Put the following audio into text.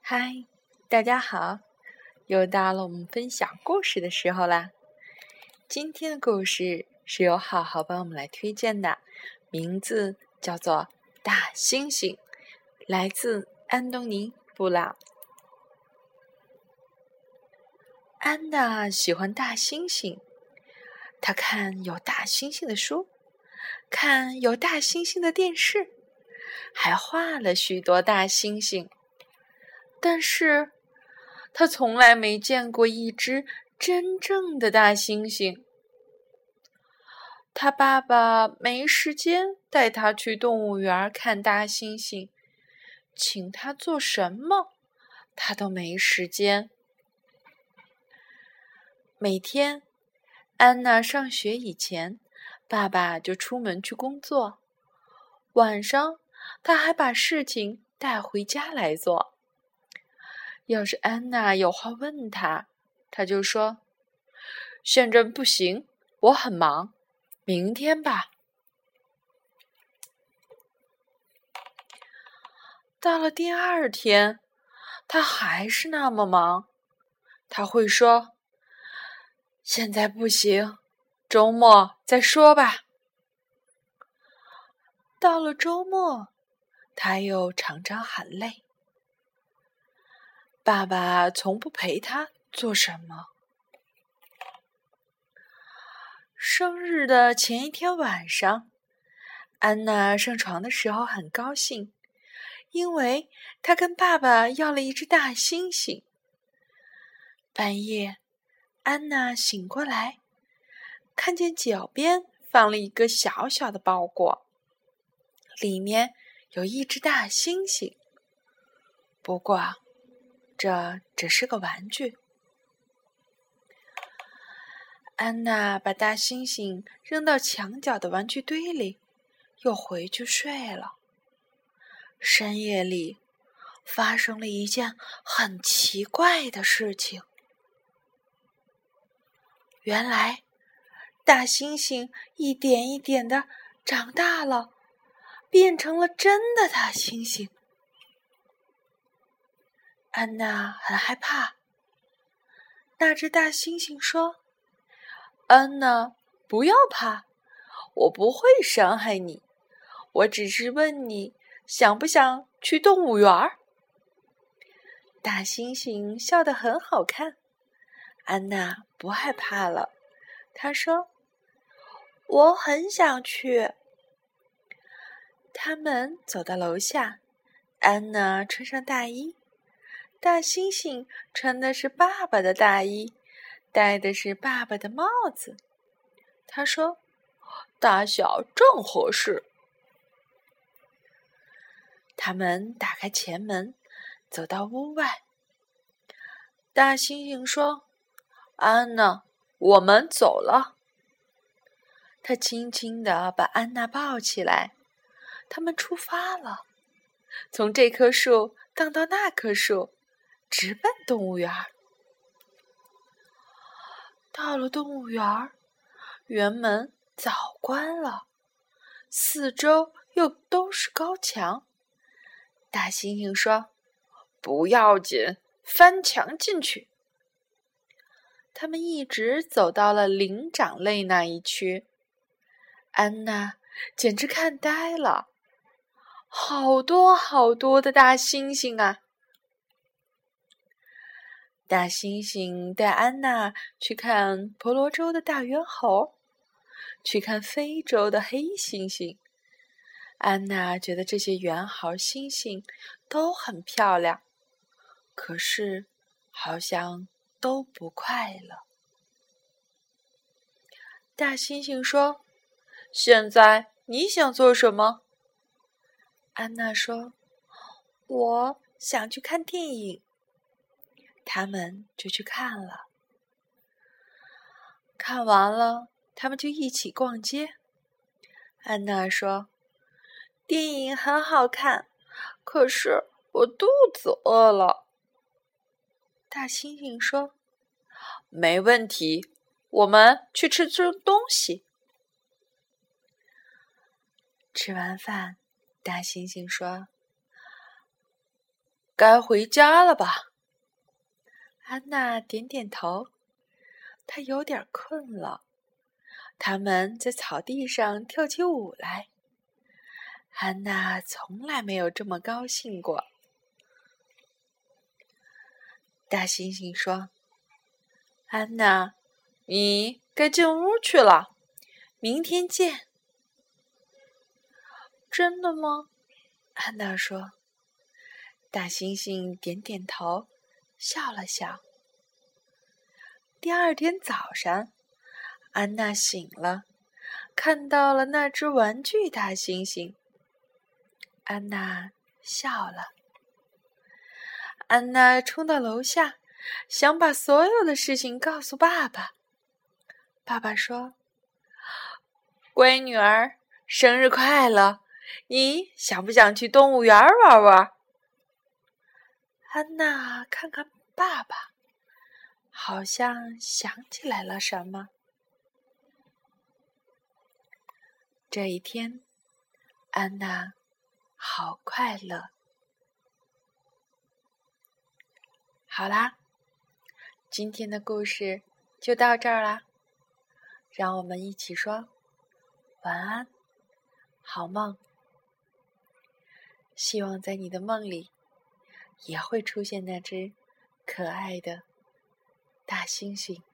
嗨，大家好，又到了我们分享故事的时候啦。今天的故事是由浩浩帮我们来推荐的，名字叫做《大猩猩》，来自安东尼·布朗。安娜喜欢大猩猩，她看有大猩猩的书，看有大猩猩的电视，还画了许多大猩猩。但是他从来没见过一只真正的大猩猩。他爸爸没时间带他去动物园看大猩猩，请他做什么，他都没时间。每天，安娜上学以前，爸爸就出门去工作，晚上他还把事情带回家来做。要是安娜有话问他，他就说：“现在不行，我很忙，明天吧。”到了第二天，他还是那么忙，他会说：“现在不行，周末再说吧。”到了周末，他又常常喊累。爸爸从不陪他做什么。生日的前一天晚上，安娜上床的时候很高兴，因为她跟爸爸要了一只大猩猩。半夜，安娜醒过来，看见脚边放了一个小小的包裹，里面有一只大猩猩。不过，这只是个玩具。安娜把大猩猩扔到墙角的玩具堆里，又回去睡了。深夜里，发生了一件很奇怪的事情。原来，大猩猩一点一点地长大了，变成了真的大猩猩。安娜很害怕。那只大猩猩说：“安娜，不要怕，我不会伤害你，我只是问你想不想去动物园？”大猩猩笑得很好看。安娜不害怕了，她说：“我很想去。”他们走到楼下，安娜穿上大衣，大猩猩穿的是爸爸的大衣，戴的是爸爸的帽子。他说：“大小正合适。”他们打开前门，走到屋外。大猩猩说：“安娜，我们走了。”他轻轻地把安娜抱起来，他们出发了，从这棵树荡到那棵树，直奔动物园。到了动物园，园门早关了，四周又都是高墙。大猩猩说：“不要紧，翻墙进去。”他们一直走到了灵长类那一区。安娜简直看呆了，好多好多的大猩猩啊！大猩猩带安娜去看婆罗洲的大猿猴，去看非洲的黑猩猩。安娜觉得这些猿猴、猩猩都很漂亮，可是好像都不快乐。大猩猩说：“现在你想做什么？”安娜说：“我想去看电影。”他们就去看了。看完了，他们就一起逛街。安娜说：“电影很好看，可是我肚子饿了。”大猩猩说：“没问题，我们去吃东西。”吃完饭，大猩猩说：“ 该回家了吧？安娜点点头，她有点困了。他们在草地上跳起舞来。安娜从来没有这么高兴过。大猩猩说：“安娜，你该进屋去了，明天见。”真的吗？安娜说。大猩猩点点头，笑了笑。第二天早上，安娜醒了，看到了那只玩具大猩猩。安娜笑了。安娜冲到楼下，想把所有的事情告诉爸爸。爸爸说：“乖女儿，生日快乐！你想不想去动物园玩玩？”安娜看看爸爸，好像想起来了什么。这一天，安娜好快乐。好啦，今天的故事就到这儿啦。让我们一起说晚安，好梦。希望在你的梦里也会出现那只可爱的大猩猩。